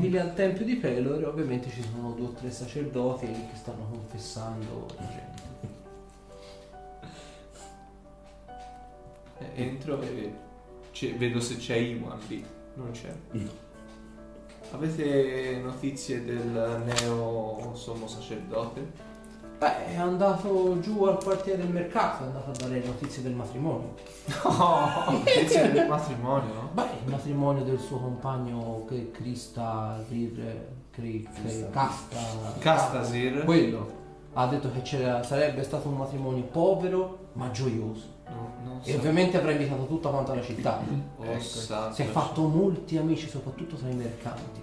tranquilli al tempio di Pelor e ovviamente ci sono 2 o 3 sacerdoti che stanno confessando la gente. Entro e vedo se c'è Iwan lì. Non c'è. Avete notizie del neo sommo sacerdote? Beh, è andato giù al quartiere del mercato, è andato a dare notizie del matrimonio. No, notizie del matrimonio? Beh, il matrimonio del suo compagno che Castasir. Quello ha detto che sarebbe stato un matrimonio povero ma gioioso. Non E so. ovviamente avrà invitato tutta quanta la città. Oh, santo. Si è fatto molti amici, soprattutto tra i mercanti.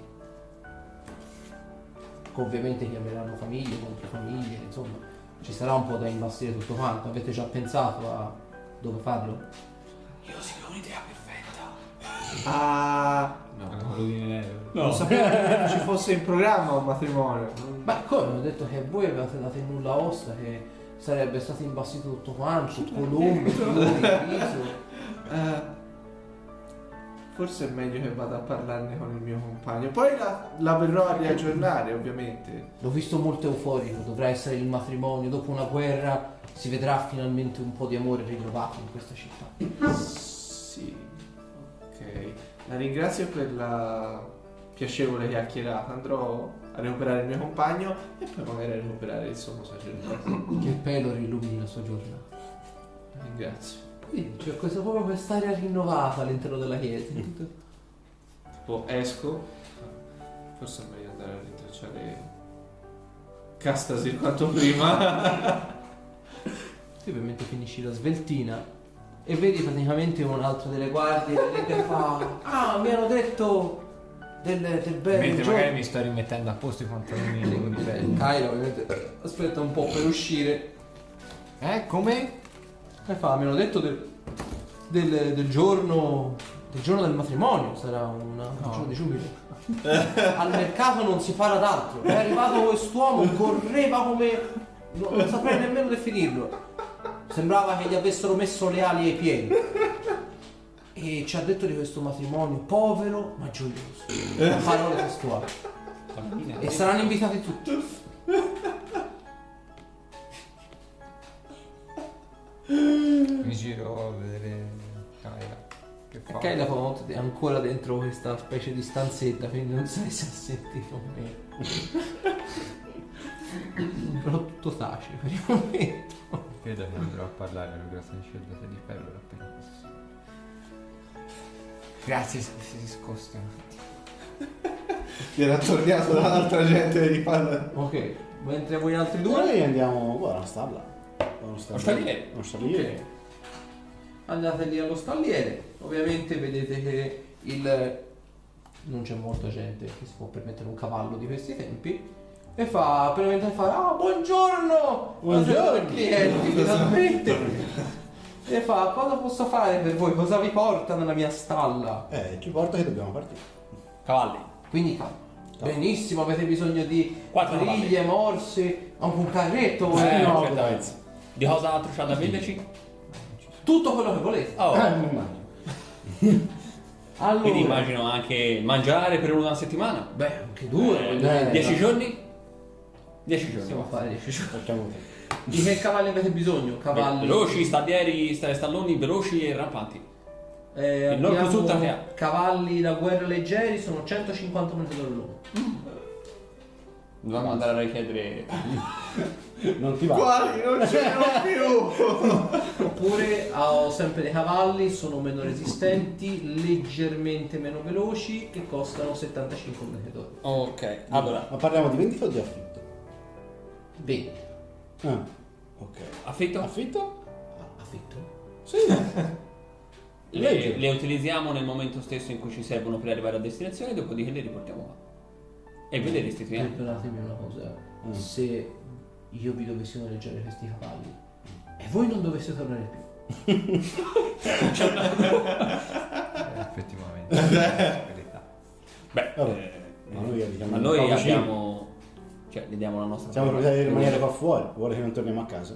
Ovviamente chiameranno famiglie contro famiglie, insomma, ci sarà un po' da imbastire tutto quanto. Avete già pensato a dove farlo? Io sì che ho un'idea perfetta. Ah, non sapevo che ci fosse in programma un matrimonio. Beh, come? Ho detto che voi avevate dato in nulla osta, che sarebbe stato imbastito tutto quanto, colombe, fiori, riso. Forse è meglio che vada a parlarne con il mio compagno. Poi la verrò a riaggiornare, ovviamente. L'ho visto molto euforico, dovrà essere il matrimonio, dopo una guerra si vedrà finalmente un po' di amore ritrovato in questa città. Sì, ok. La ringrazio per la piacevole chiacchierata. Andrò a recuperare il mio compagno e poi magari a recuperare il sommo sacerdote. Che il pelo illumini la sua giornata. La ringrazio. Quindi c'è proprio quest'aria rinnovata all'interno della chiesa. Tipo esco. Forse è meglio andare a rintracciare Castasir quanto prima. Tu ovviamente finisci la sveltina e vedi praticamente un'altra delle guardie lì che fa: ah, mi hanno detto del bel Mentre giorno. magari mi sto rimettendo a posto i pantaloni di pelle. Kylo ovviamente aspetta un po' per uscire. Come? E fa: mi hanno detto del giorno del matrimonio, sarà un giorno di giubilo. Al mercato non si parla d'altro. È arrivato quest'uomo, correva come non saprei nemmeno definirlo. Sembrava che gli avessero messo le ali ai piedi. E ci ha detto di questo matrimonio povero ma gioioso. Parole testuali. E saranno invitati tutti. Mi giro a vedere Kyla. Che fa? Kyla è ancora dentro questa specie di stanzetta, quindi non sai se ha sentito o meno. Però tutto tace per il momento. Credo che andrò a parlare con il sacerdote di Pelor appena possibile. Grazie se si discosta. Ti era tornato dall'altra gente di parlare. Ok, mentre voi altri due Noi andiamo a una stalla. Uno stalliere. stalliere. andate lì allo stalliere. Ovviamente vedete che non c'è molta gente che si può permettere un cavallo di questi tempi. E fa, per fare, ah, buongiorno! Buongiorno! Il cliente, finalmente! E fa, cosa posso fare per voi? Cosa vi porta nella mia stalla? Ci porta che dobbiamo partire. Cavalli. Quindi benissimo, avete bisogno di 4 cavalli. briglie, morse, anche un carretto, no, certamente. Di cosa altro c'ha da venderci? tutto quello che volete. Oh. Mi immagino. Allora, Quindi immagino anche mangiare per una settimana. beh, anche due, voglio dire. 10 giorni? 10 giorni. Possiamo fare 10 giorni. Facciamo così. Di che cavalli avete bisogno? Cavalli Veloci, stallieri, stalloni veloci e rampanti. Il Nord abbiamo Sutta che ha. cavalli da guerra leggeri, sono 150 metri all'ora. Dobbiamo andare a richiedere. Non ti va. Quali non c'erano più. Oppure ho sempre dei cavalli, sono meno resistenti, leggermente meno veloci, che costano 75 metri all'ora. Ok, allora. Ma parliamo di vendita o di affitto? Bene, Ah, ok. Affitto? Affitto? affitto? Sì. Le utilizziamo nel momento stesso in cui ci servono per arrivare a destinazione, dopodiché le riportiamo qua. E ve le restituiamo. Perdonatemi una cosa, se io vi dovessi noleggiare questi cavalli e voi non doveste tornare più, Effettivamente. Verità. Beh, Vabbè. Ma noi abitiamo ma un noi po' vicino. abbiamo. Cioè, le diamo la nostra. Siamo proprietari di rimanere qua fuori. Vuole che non torniamo a casa?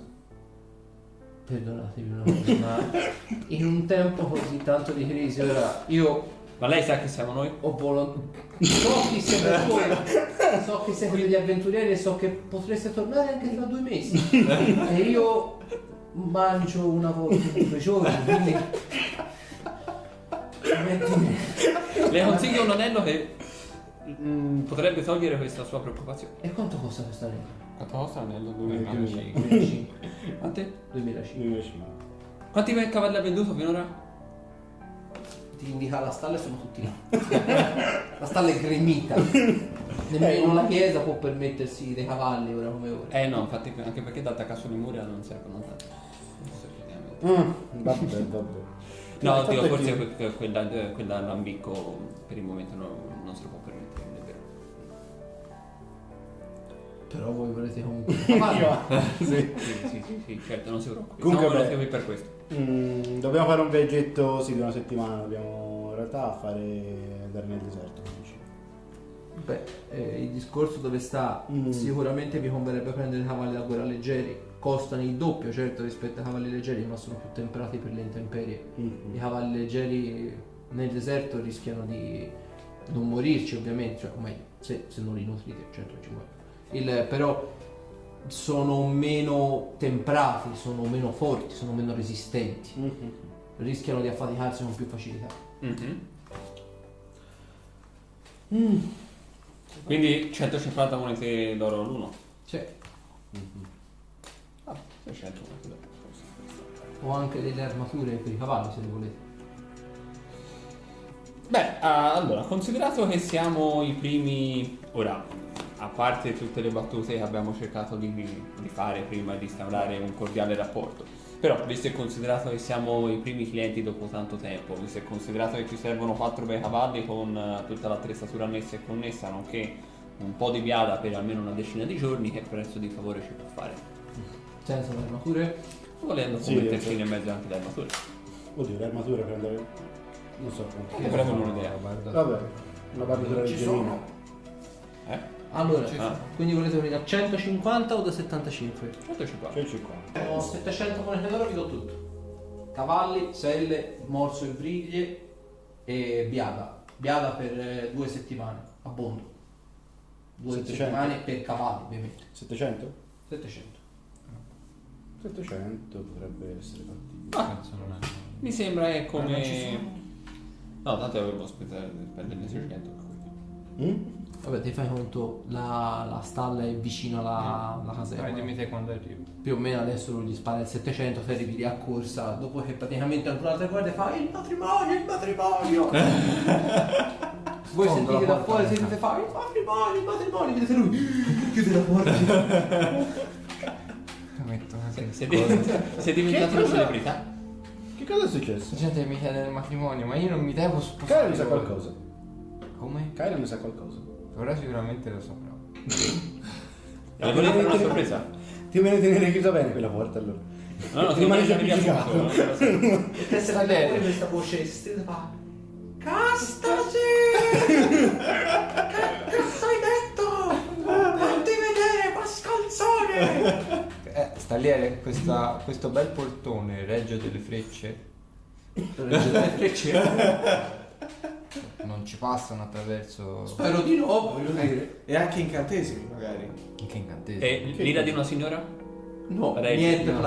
perdonatemi una cosa, ma in un tempo così tanto di crisi, ora io Ma lei sa che siamo noi? So chi siete voi, so che siete degli avventurieri e so che potreste tornare anche tra 2 mesi. E io mangio una volta in 2 giorni, quindi... Le consiglio un anello che potrebbe togliere questa sua preoccupazione. E quanto costa questo anello? Quanto costa l'anello? 2005. Quante? 2005. Quanti cavalli ha venduto finora? Ti indica la stalla e sono tutti là. La stalla è gremita. Nemmeno la chiesa può permettersi dei cavalli ora come ora. No, infatti anche perché data caso di Muria non servono tanto. Vabbè. No, Il Dio, fatto è forse che- quella Lambicco per il momento non se lo può permettere, è vero. Però voi volete comunque cavalli. Sì, certo, non si preoccupi. Comunque, Siamo venuti beh, qui per questo. Dobbiamo fare un viaggetto di una settimana. Dobbiamo in realtà andare nel deserto. come dicevo. Beh, il discorso dove sta, sicuramente vi converrebbe prendere cavalli da guerra leggeri. Costano il doppio, certo, rispetto ai cavalli leggeri, ma sono più temprati per le intemperie. I cavalli leggeri nel deserto rischiano di non morirci, ovviamente, cioè, o meglio, se non li nutrite, certo che ci muoiono. Però sono meno temprati, sono meno forti, sono meno resistenti. Rischiano di affaticarsi con più facilità. Quindi 150 monete d'oro l'uno. Sì. 600 monete d'oro. O anche delle armature per i cavalli, se le volete. Beh, allora, considerato che siamo i primi, ora, a parte tutte le battute che abbiamo cercato di fare prima di instaurare un cordiale rapporto, però visto e considerato che siamo i primi clienti dopo tanto tempo, visto e considerato che ci servono 4 bei cavalli con tutta l'attrezzatura annessa e connessa, nonché un po' di biada per almeno una decina di giorni, che prezzo di favore ci può fare? Senza le armature? Volendo Sì, metterci sì. nel mezzo anche le armature. Oddio, le armature per andare... Non so quanto. Che avrebbe un'idea. Vabbè, una armatura Ci leggerina. Allora, Ci sono. quindi volete venire a 150 o da 75? 150. C'è 50. Ho 700 monete d'oro, vi do tutto. Cavalli, selle, morso e briglie e biada. Biada per 2 settimane, abbondo. 2 700? settimane per cavalli, ovviamente. 700? 700. 700 potrebbe essere fattibile. Penso non è. Mi sembra è non ci come... No, tanto avevo spendere 600. Vabbè, ti fai conto, la stalla è vicino alla caserma. Dai, dimmi te quando arrivi. Più o meno adesso lui gli spara il 700, te arrivi lì a corsa, dopo che praticamente ancora altre guardie fa il matrimonio, il matrimonio! Voi Fondo sentite la da fuori, porta, sentite fa il matrimonio, vedete lui, chiude la porta. Metto anche Sei diventato una celebrità? Che cosa è successo? La gente mi chiede del matrimonio, ma io non mi devo spostare. Kyra ne sa qualcosa. Come? Kyra ne sa qualcosa. Ora sicuramente lo saprò. E volete fare una sorpresa? Ti viene a tenere chiusa bene quella porta allora. No, ti Rimane rimane certificato. E te se la Bene. fuori questa voce stretta fa Castasi! Che cazzo hai detto? Non ti vedere, mascalzone! Sta lì questo bel portone, Reggio delle Frecce. Non ci passano attraverso. Spero di no, voglio dire. E anche incantesimi, magari. Che incantesimo. E l'ira di una signora? No, Reggi, niente, no.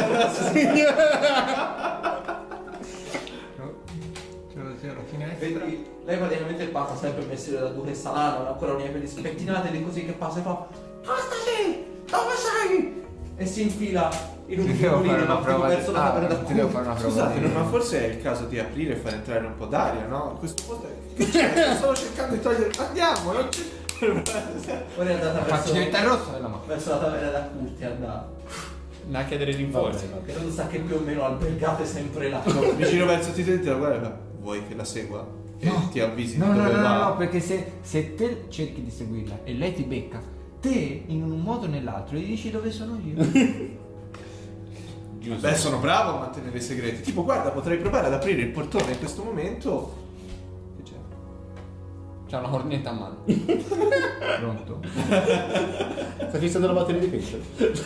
C'è la finestra. Vedi, lei praticamente passa sempre il mestiere da duchessa Lana, non ha ancora un'idea per le spettinate lì così che passa e fa Castasi! Dove sei? E si infila in un Ti devo fare una attimo prova. verso la camera da Ti devo culo. fare una prova. Scusate, di- ma forse è il caso di aprire e far entrare un po' d'aria, no? Questo posto è... Che c'è? Stavo cercando di togliere... Andiamo, non c'è... Ora è andata Faccio verso, diventare rosso della macchina. verso la taverna da Curti, è andata. Non a chiedere rinforzi. Che non sa che più o meno albergate sempre là. Mi giro verso Tito e ti la guarda e fa, vuoi che la segua? E ti avvisi No, di no, dove no, va? no, perché se te cerchi di seguirla e lei ti becca, te in un modo o nell'altro gli dici dove sono io. Giusto. Beh, sono bravo a mantenere i segreti. Tipo, guarda, potrei provare ad aprire il portone in questo momento. Che c'è? C'ha una cornetta a mano. Pronto? Sta fissando la batteria di pesce.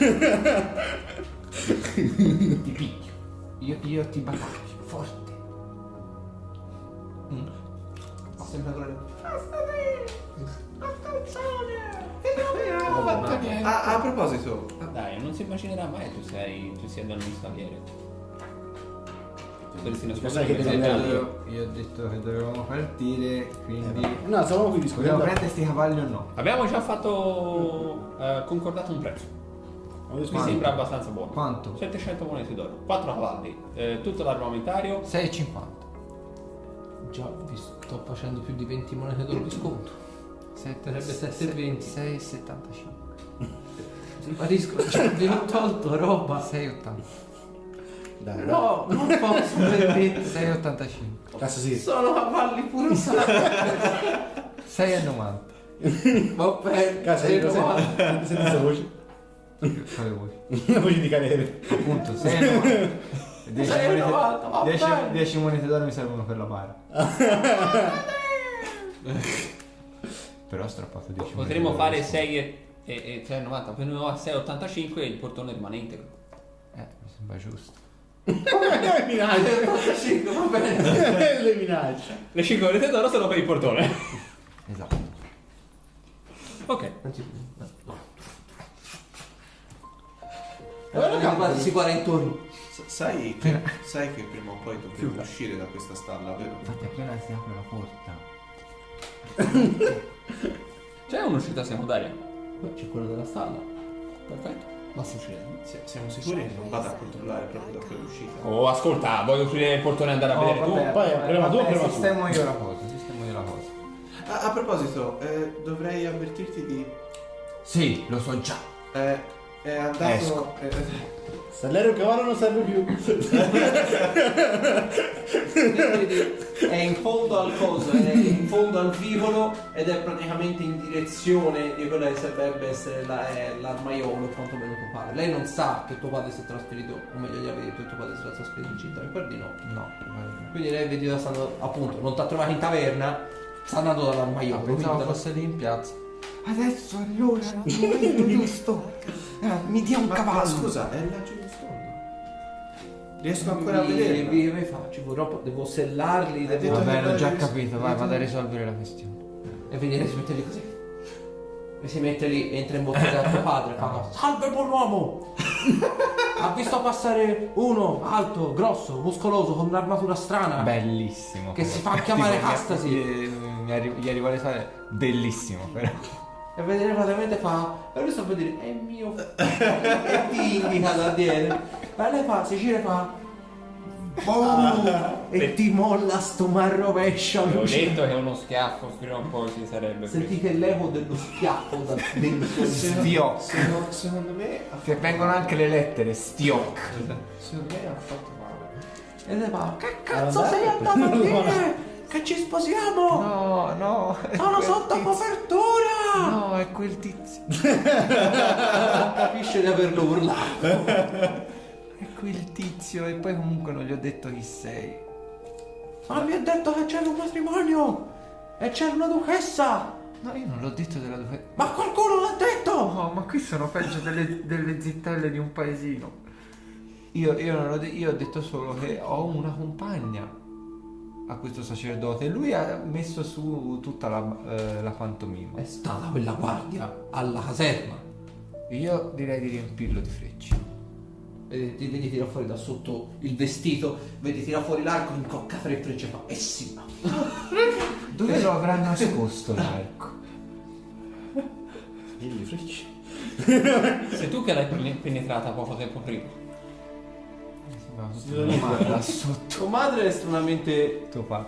Ti picchio. Io ti battaglio forte. sempre ancora. Non ho fatto niente. A proposito, Dai, non si immaginerà mai tu sia dal mistaliere. Potresti Sai che nascondere devi già lì. Io ho detto che dovevamo partire, quindi No, stavamo qui vogliamo discutendo. prendere sti cavalli o no? Abbiamo già fatto concordato un prezzo. Stavamo Mi discutendo. sembra abbastanza buono. Quanto? 700 monete d'oro, 4 cavalli, tutto l'armamentario. 6,50. Già, vi sto facendo più di 20 monete d'oro di sconto. Sarebbe 7,20. 6,75. Simpatisco, cioè, vi ho tolto roba. 6,80. Dai, No, non posso permettere. 6,85. Cazzo sì. Sono cavalli puro sangue. 6,90. Va bene. Cazzo, senti questa voce? Quale voce? La voce di Canere. Appunto, 6,90. 6,90, va bene. 10 monete d'oro mi servono per la bara. Però ho strappato 10 monete Potremmo d'oro. fare 6 e 3,90, poi noi a 6,85 e il portone rimane integro. Mi sembra giusto. Le minacce. 85, va bene. Le minacce. Le 5 monete d'oro sono per il portone. Esatto. Ok. Si quarantoni. sai che prima o poi dobbiamo uscire da questa stalla, vero? Infatti appena si apre la porta. C'è un'uscita secondaria. Beh, c'è quello della stalla. Perfetto. Basta uscire. Siamo sicuri che non vada a controllare proprio da quell'uscita? Oh, ascolta, voglio aprire il portone e andare a vedere tu. Poi, prima tu, prima tu. Sistemo io la cosa. A proposito, dovrei avvertirti di... Sì, lo so già. È andato... Esco. Salire un cavallo non serve più. È in fondo al coso, è in fondo al vicolo ed è praticamente in direzione di quella che sarebbe essere l'armaiolo, quantomeno tuo padre. Lei non sa che tuo padre si è trasferito, o meglio gli avevi detto che tuo padre si era trasferito in città, ricordi no? No. Quindi lei vedi stanno, appunto, non ti ha trovato in taverna, sta andando dall'armaiolo. Pensavo quindi fosse lì in piazza. Adesso allora, il momento giusto. Mi dia un Ma cavallo. scusa, è laggiù in fondo. Riesco ancora a vederla? Che faccio? Però devo sellarli, Hai devo... detto Vabbè, che l'ho già avevi- capito, vai, vado a risolvere la questione. E vedi, si mette lì così. E si mette lì, entra in bocca da tuo padre, fa: salve buon uomo! Ha visto passare uno alto, grosso, muscoloso, con un'armatura strana. Bellissimo. Che però. si fa chiamare Tipo, Castasi. Gli arriva le sale. Bellissimo, però. E vedere praticamente fa: e lui sta per dire: è mio e ti indica da dietro. E lei fa, si gira e fa: boom! E ti molla sto marrovescio. Ho detto che uno schiaffo prima o poi si sarebbe preso. Sentite l'eco dello schiaffo da dentro. Stioc. Secondo me ha Che fatto vengono anche le lettere. Stioc. Secondo me ha fatto male. E lei fa: che cazzo sei andato a dire? Che ci sposiamo? No. è Sono quel sotto tizio. copertura! No, è quel tizio. Capisce di averlo urlato. È quel tizio. E poi comunque non gli ho detto chi sei. Ma mi ha detto che c'era un matrimonio! E c'era una duchessa! No, io non l'ho detto della duchessa. Ma qualcuno l'ha detto! No, ma qui sono peggio delle zittelle di un paesino. Io non l'ho detto, io ho detto solo che ho una compagna a questo sacerdote e lui ha messo su tutta la pantomima. È stata quella guardia alla caserma. Io direi di riempirlo di frecce. Vedi tira fuori da sotto il vestito, vedi tira fuori l'arco, incocca 3 frecce e fa: eh sì, ma. Dove lo avrà nascosto l'arco? Gli frecci. Sei tu che l'hai penetrata poco tempo prima. Da sotto. Tua madre è estremamente. Tuo padre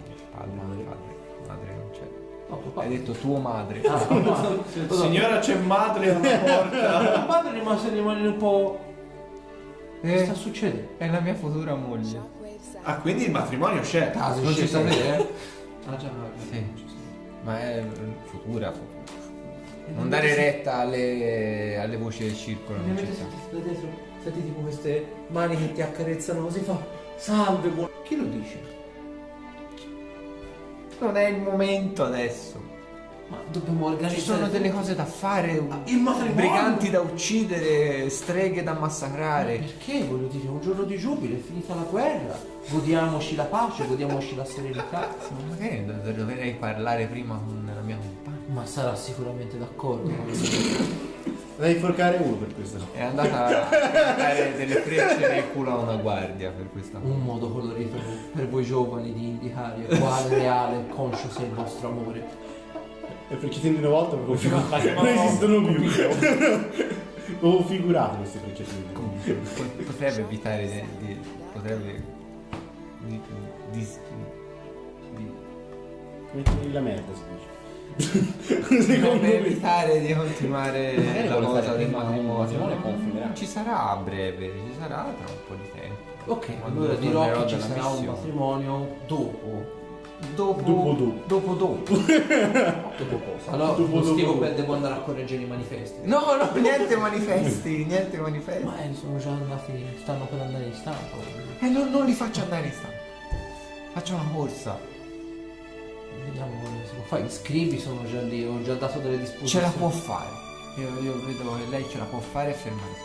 non c'è. No, tuo Hai padre. detto tua madre. Signora, c'è madre alla porta. Tuo padre rimane un po'. Che sta Eh, succedendo? è la mia futura moglie. Ah, quindi il matrimonio c'è. Caso, Non ci sapete, Ah già, Sì. Ma è futura. Non dare retta alle voci del circolo, non ci sta. Da dietro, senti tipo queste mani che ti accarezzano così, fa: salve, buon. Chi lo dice? Non è il momento adesso. Ma dobbiamo organizzare. Ci sono delle cose da fare, il matrimonio. briganti da uccidere, streghe da massacrare. Perché? Voglio dire, un giorno di giubilo, è finita la guerra. Godiamoci la pace, godiamoci la serenità. Ma magari dovrei parlare prima con la mia compagna. Ma sarà sicuramente d'accordo. Devi forcare uno per questo. È andata a dare delle frecce nel culo a una guardia per questa cosa. Un modo colorito per voi giovani di indicare quale reale e conscio sia il vostro amore. E freccetini una volta proprio non esistono più. Ho figurato questi freccetini. Potrebbe evitare potrebbe Metti la merda si dice. potrebbe evitare di continuare la cosa del matrimonio. confonderà. Ci sarà a breve, ci sarà tra un po' di tempo. Ok, Quando allora dirò tornerò che ci dalla sarà un missione. matrimonio dopo. Dopo. Dopo cosa? Allora, Dopo. devo andare a correggere i manifesti. No, niente manifesti, niente manifesti. Ma sono già andati, stanno per andare in stampa. E non li faccio andare in stampa. Faccio una corsa. Vediamo come si può fare. Gli scrivi sono già lì, ho già dato delle Ce disposizioni. la può fare. Io vedo che lei ce la può fare e fermare.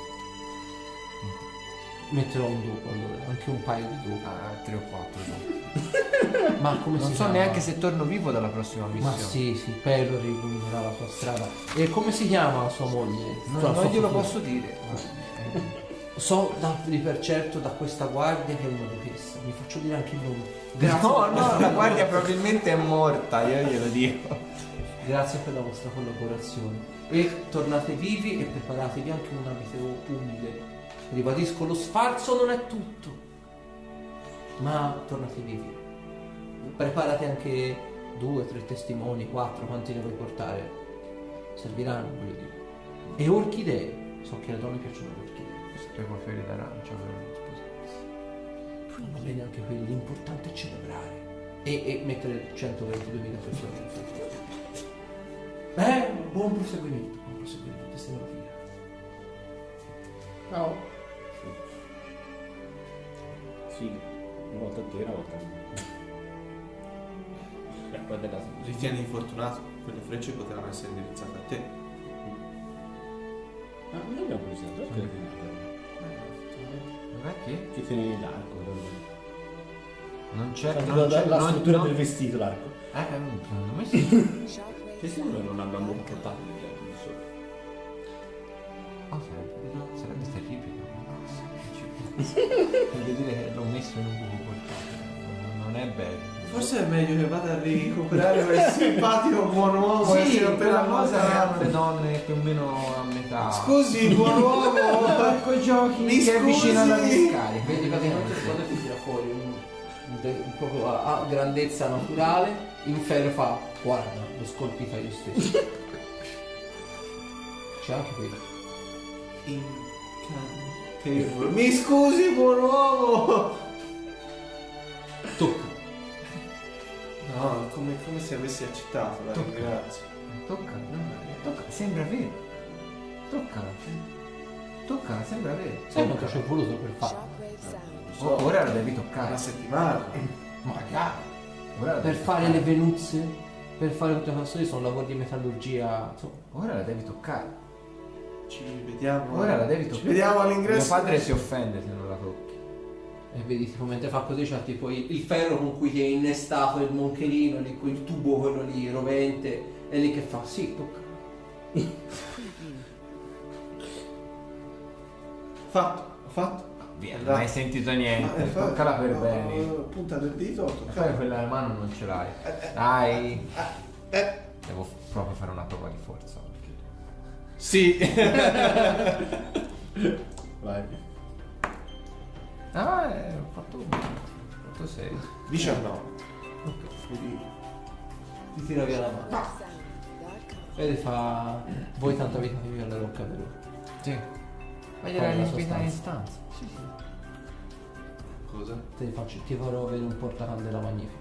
Metterò un dopo allora, anche un paio di dopo. 3 o 4. Ma come Non si so chiama? neanche se torno vivo dalla prossima Ma missione. sì, Pedro riprenderà la sua strada. E come si chiama sua moglie? Non Sua glielo futura? posso dire. So di per certo da questa guardia che è una duchessa. Mi faccio dire anche il nome. No, la guardia probabilmente è morta, io glielo dico. Grazie per la vostra collaborazione. E tornate vivi e preparatevi anche un abito umile. Ribadisco, lo sfarzo non è tutto. Ma tornate vivi. Preparate anche 2, 3 testimoni, 4, quanti ne vuoi portare. Serviranno, voglio dire. E orchidee. So che alle donne piacciono le orchidee. Spreco fiori d'arancia per uno sposato. Va bene anche quelli, l'importante è celebrare. E mettere 122.000 persone nel futuro. Buon proseguimento, stiamo via. Ciao. Sì, una volta a te, una volta a me. Ritieni infortunato? Quelle frecce potevano essere indirizzate a te. Ma noi abbiamo curiosità, perché la Non è che? Che tieni l'arco? Non c'è La struttura del vestito, l'arco. Secondo me sì. Che se noi non abbiamo portato il diavolo sotto. Sarebbe terribile. Voglio dire che l'ho messo in un buco portato. Non è bello. Forse è meglio che vada a recuperare quel simpatico buon uomo che si rompe la cosa che hanno cosa. le donne più o meno a metà. Scusi, buon uomo! Ecco i giochi Mi che è vicino alla scusi? discarica. Vedi praticamente quando ti tira fuori proprio a grandezza naturale, in ferro fa, guarda, l'ho scolpita io stesso. C'è anche quello. Incantevole. Mi scusi, buon uomo! Tocca. No, come se avessi accettato, la ringrazio. Tocca, sembra vero. Tocca, sembra vero. Sai quanto ci ho voluto per farlo? Ora la devi toccare. Una settimana. Magari. Ora la Per devi fare toccare. le venuzze, per fare tutte queste cose sono lavori di metallurgia. Insomma. Ora la devi toccare. Ci vediamo. Ora la devi Ci toccare. vediamo Mio all'ingresso. padre si offende se non la tocchi. E vedi tipo mentre fa così c'ha tipo il ferro con cui ti è innestato il moncherino, lì, quel tubo quello lì rovente, e lì che fa, sì, tocca. Fatto. Via, non Dai. hai sentito niente. Toccala per bene. Punta del dito, E poi toccala. quella alla mano non ce l'hai. Dai. Devo proprio fare una prova di forza. Sì. Vai. Ho fatto 6. 19. Ti tira via la mano. E fa, voi tanta vita che vive alla rocca per ora. Sì. Vai Vai nella ospitare in stanza. stanza. Cosa? Ti farò avere un portacandela magnifico.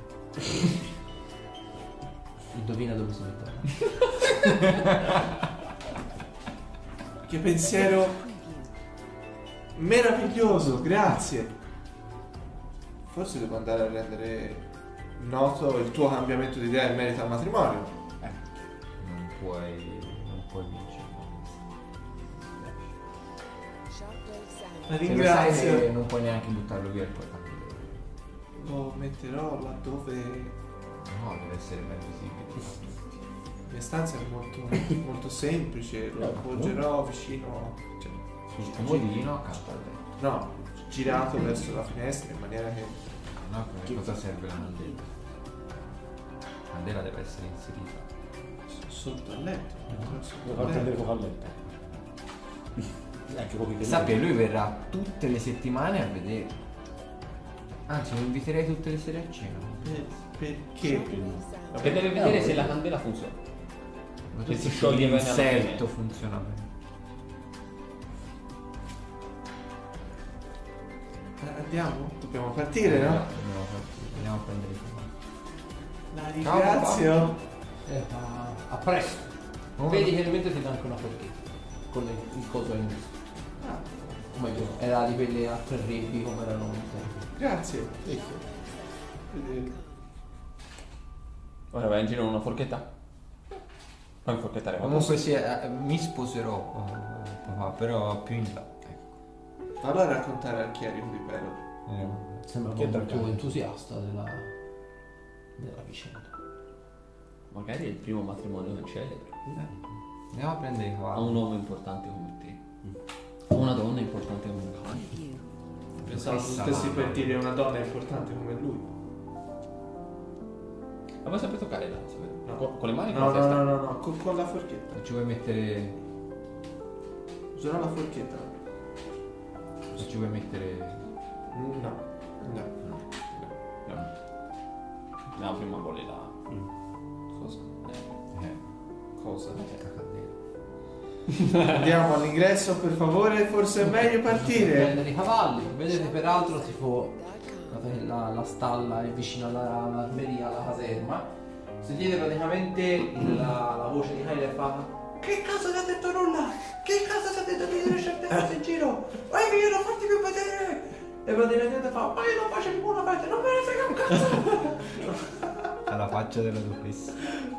Indovina dove si metterà. Che pensiero meraviglioso, grazie. Forse devo andare a rendere noto il tuo cambiamento di idea in merito al matrimonio. puoi vincere. La Se lo sai ringrazio. che non puoi neanche buttarlo via il portatore. Lo metterò laddove No, deve essere ben visibile. la mia stanza è molto, molto semplice, lo appoggerò vicino, cioè, Sul comodino accanto al letto. no, girato verso la finestra in maniera che No, per cosa serve la candela? La candela deve essere inserita. sotto al letto. Devo far prendere fuoco al letto. Anche pochi che Sa che lui verrà tutte le settimane a vedere. Anzi, lo inviterei tutte le sere a cena. Perché? Perché deve vedere se la candela funziona. Ma Che tu si dici scioglie bene alla l'insetto fine. funziona bene. Andiamo? Dobbiamo partire, no? Dobbiamo partire, andiamo a prendere i cavalli. La ringrazio. A presto. Vedi che mentre ti dà anche una forchetta con il coso all'inizio. Ah, O meglio, era di quelle a 3 ribbi come erano un tempo. grazie. Ora vai in giro con una forchetta? Poi forchettare Comunque sì, mi sposerò, papà, però più in là. Ecco. Fallo raccontare al chierico di Pelo. Sembra Che molto dragone. entusiasta della vicenda. Magari è il primo matrimonio che celebra. Andiamo a prendere i Ha cavalli. un uomo importante come te. O una donna importante come te. Pensavo tu stessi per dire una donna importante come lui. Ma vuoi sempre toccare là? sapete? No. Con le mani o No, con la no, testa? no, no, no, con la forchetta. Ci vuoi mettere. Userò la forchetta. Ci vuoi mettere. No, no. No, prima vuole la... Cosa? Cosa? La candela. Andiamo all'ingresso per favore, forse è meglio partire. Prendere i cavalli. Vedete peraltro tipo la stalla è vicino all'armeria, alla caserma. Sentite praticamente la voce di Kyle fa: che cazzo ti ha detto nulla? Che cazzo ti ha detto di dire certe cose in giro? Vai via, non farti più vedere! E praticamente fa: ma io non faccio nessuna festa, non me ne frega un cazzo! Ha la faccia della duchessa.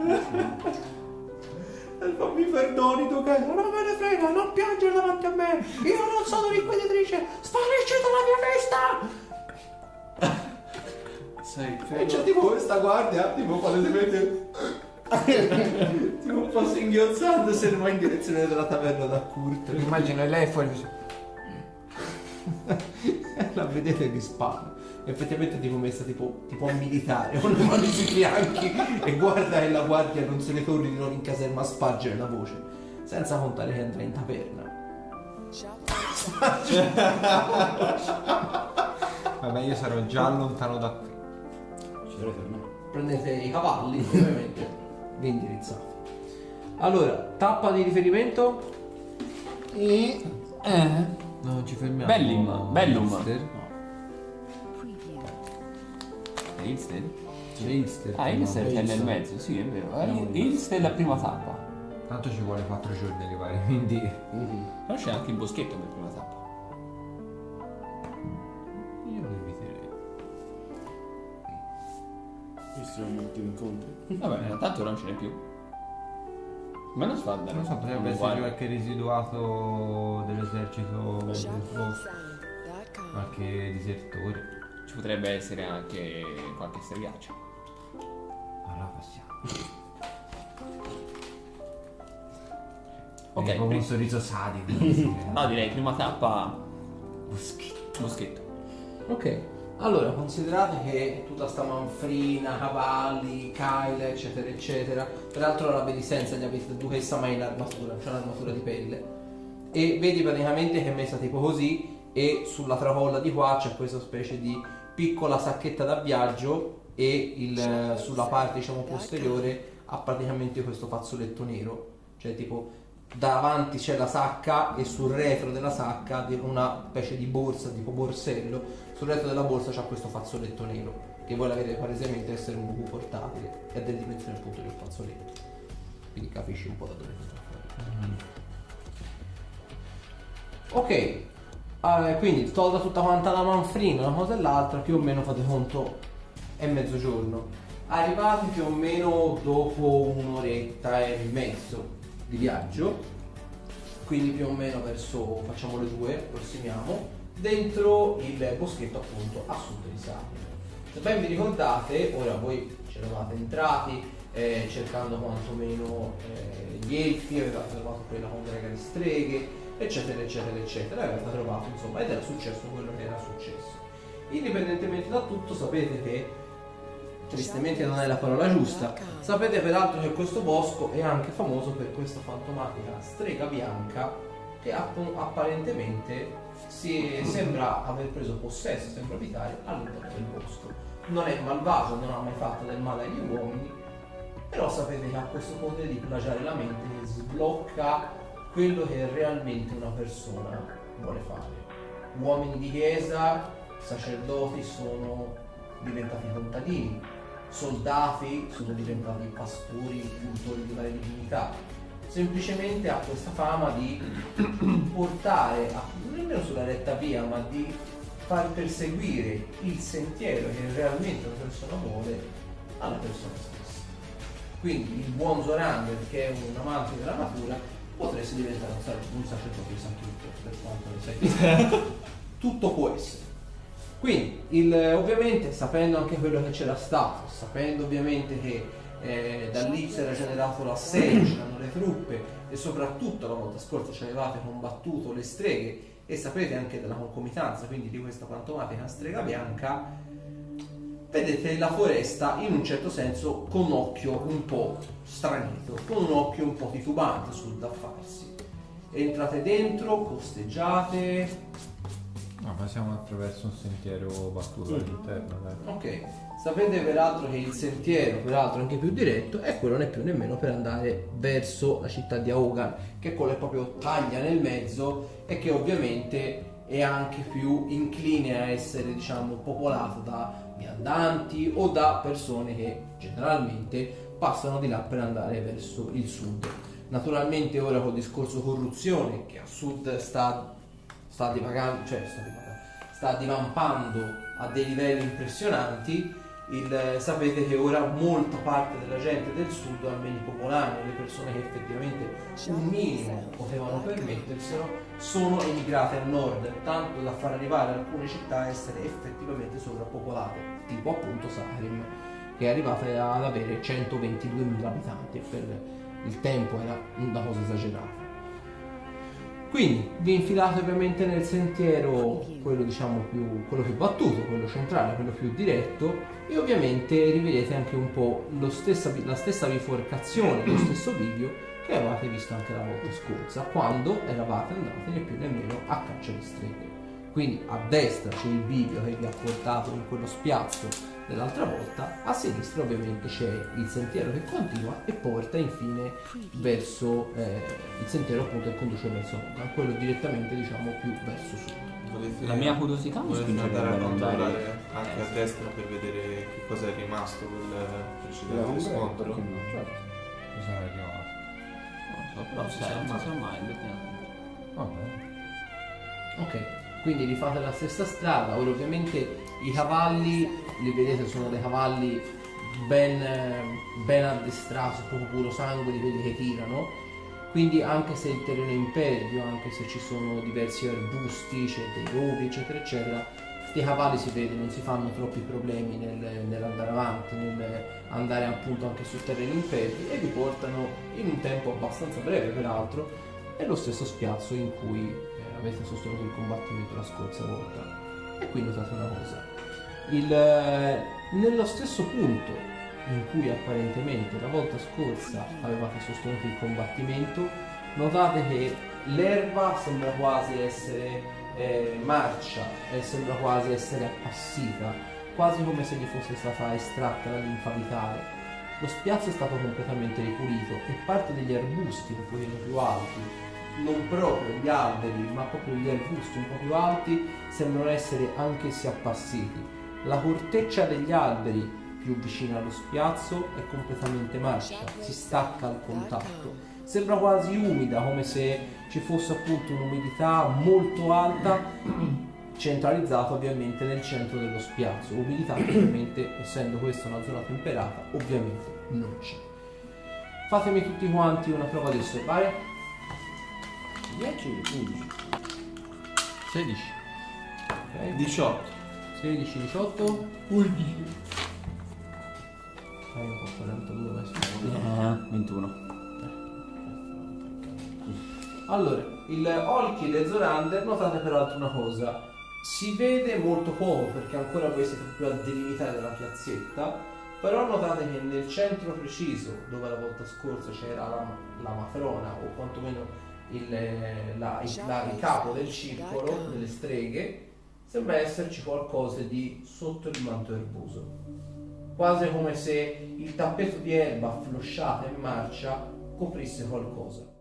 E fa: mi perdoni tu che non me ne frega, non piangere davanti a me! Io non sono l'inquisitrice! Sparisci dalla mia festa! Sai, E c'è tipo questa guardia, tipo palesemente tipo un po' singhiozzando se ne va in direzione della taverna da Kurt. Immagino lei fuori così. La vedete che spara. Effettivamente è tipo messa tipo a militare, con le mani sui fianchi e guarda che la guardia non se ne torni di non in caserma a spargere la voce. Senza contare che andrà in taverna. Vabbè, io sarò già lontano da qui. Ci dovrei tornare. Prendete i cavalli, ovviamente vi indirizzate. Allora, tappa di riferimento. Non ci fermiamo. Bellum. Ilster? È Ilster? C'è Ilster. Ah, Ilster è Ilster. nel mezzo, sì, è vero. Ilster è la prima tappa. Tanto ci vuole 4 giorni arrivare, quindi. Però c'è anche il boschetto per prima tappa. Io lo inviterei. Questi sono gli ultimi incontri. Vabbè, tanto ora non ce n'è più. Ma non si fa andare. Non so, potrebbe essere qualche residuato dell'esercito, o qualche disertore. Ci potrebbe essere anche qualche seriaccia. Allora passiamo. Ok, Con un prima- sorriso sadico. No, direi prima tappa Boschetto. boschetto. Ok, allora considerate che tutta sta manfrina, cavalli, Kyle, eccetera, eccetera. Peraltro la vedi senza gli abiti, duchessa mai l'armatura, c'è un'armatura di pelle. E vedi praticamente che è messa tipo così e sulla tracolla di qua c'è questa specie di piccola sacchetta da viaggio e sulla parte diciamo posteriore ha praticamente questo fazzoletto nero. Cioè tipo davanti c'è la sacca e sul retro della sacca una specie di borsa tipo borsello, sul retro della borsa c'è questo fazzoletto nero che voi la vedete palesemente essere un buco portatile e ha delle dimensioni appunto di un fazzoletto, quindi capisci un po' da dove sta fuori. Ok, quindi tolta tutta quanta la manfrina una cosa e l'altra, più o meno fate conto è mezzogiorno. arrivati più o meno dopo un'oretta e mezzo di viaggio, quindi più o meno verso, facciamo le 2, approssimiamo, dentro il boschetto appunto a sud di Saturno. Se ben vi ricordate, ora voi c'eravate entrati cercando quantomeno gli elfi, avevate trovato quella congrega di streghe, eccetera eccetera eccetera, avevate trovato insomma, ed era successo quello che era successo. Indipendentemente da tutto, sapete che, tristemente non è la parola giusta, sapete peraltro che questo bosco è anche famoso per questa fantomatica strega bianca che apparentemente sembra aver preso possesso, sembra abitare all'interno del bosco. Non è malvagio, non ha mai fatto del male agli uomini, però sapete che ha questo potere di plagiare la mente che sblocca quello che realmente una persona vuole fare. Uomini di chiesa, sacerdoti sono diventati contadini, soldati sono diventati pastori, cultori di varie divinità. Semplicemente ha questa fama di portare, non nemmeno sulla retta via, ma di far perseguire il sentiero che realmente una persona vuole alla persona stessa. Quindi il buon Zorander, che è un amante della natura, potresti diventare un sacerdote di San Chirco, per quanto ne sai. Tutto può essere. Quindi, ovviamente, sapendo anche quello che c'era stato, sapendo ovviamente che da lì si era generato l'assedio, c'erano le truppe e soprattutto la volta scorsa ci avevate combattuto le streghe e sapete anche della concomitanza, quindi di questa fantomatica strega bianca, vedete la foresta in un certo senso con un occhio un po' stranito, con un occhio un po' titubante sul da farsi. Entrate dentro, costeggiate. No, passiamo attraverso un sentiero battuto all'interno, dai. Ok, sapete peraltro che il sentiero, peraltro anche più diretto, è quello né più nemmeno per andare verso la città di Aogan, che è quello che proprio taglia nel mezzo e che ovviamente è anche più incline a essere, diciamo, popolato da viandanti o da persone che generalmente passano di là per andare verso il sud. Naturalmente ora col discorso corruzione, che a sud sta divagando, cioè sta divampando a dei livelli impressionanti, sapete che ora molta parte della gente del sud, almeno i popolani, le persone che effettivamente un minimo potevano permetterselo, sono emigrate al nord, tanto da far arrivare alcune città a essere effettivamente sovrappopolate, tipo appunto Saharim, che è arrivata ad avere 122.000 abitanti e per il tempo era una cosa esagerata. Quindi vi infilate ovviamente nel sentiero, quello diciamo quello più battuto, quello centrale, quello più diretto, e ovviamente rivedete anche un po' la stessa biforcazione, lo stesso bivio che avevate visto anche la volta scorsa, quando eravate andati né più nemmeno a caccia di streghe. Quindi a destra c'è il bivio che vi ha portato in quello spiazzo dell'altra volta, a sinistra ovviamente c'è il sentiero che continua e porta infine verso il sentiero appunto che conduce verso Hogan, quello direttamente diciamo più verso sud. La mia curiosità mi volete spingerebbe andare a ad andare controllare anche a destra per vedere che cosa è rimasto quel precedente scontro? Certo. Mi sarà arrivato. non so, però non si sa mai effettivamente. Vabbè. Ok, quindi rifate la stessa strada. Ora ovviamente i cavalli li vedete, sono dei cavalli ben addestrati, proprio puro sangue di quelli che tirano, quindi anche se il terreno è impervio, anche se ci sono diversi arbusti, c'è dei rovi eccetera eccetera, questi cavalli si vede non si fanno troppi problemi nell'andare avanti, nell'andare appunto anche su terreni impervi, e vi portano in un tempo abbastanza breve peraltro nello stesso spiazzo in cui avete sostenuto il combattimento la scorsa volta. E qui notate una cosa, nello stesso punto in cui apparentemente la volta scorsa avevate sostenuto il combattimento, notate che l'erba sembra quasi essere marcia e sembra quasi essere appassita, quasi come se gli fosse stata estratta la linfa vitale. Lo spiazzo è stato completamente ripulito e parte degli arbusti un pochino più alti, non proprio gli alberi ma proprio gli arbusti un po' più alti, sembrano essere anch'essi appassiti. La corteccia degli alberi più vicina allo spiazzo è completamente marcia, si stacca al contatto, sembra quasi umida, come se ci fosse appunto un'umidità molto alta centralizzato ovviamente nel centro dello spiazzo. Umidità ovviamente, essendo questa una zona temperata, ovviamente non c'è. Fatemi tutti quanti una prova di osservare. 10, 11. 16. Ok. 18. 16, 18. 11. Un po' 42 messo. 21. Allora, il Olki e Zorander notate peraltro una cosa. Si vede molto poco perché ancora voi siete proprio al delimitare della piazzetta, però notate che nel centro preciso, dove la volta scorsa c'era la matrona o quantomeno il capo del circolo, delle streghe, sembra esserci qualcosa di sotto il manto erboso. Quasi come se il tappeto di erba afflosciata in marcia coprisse qualcosa.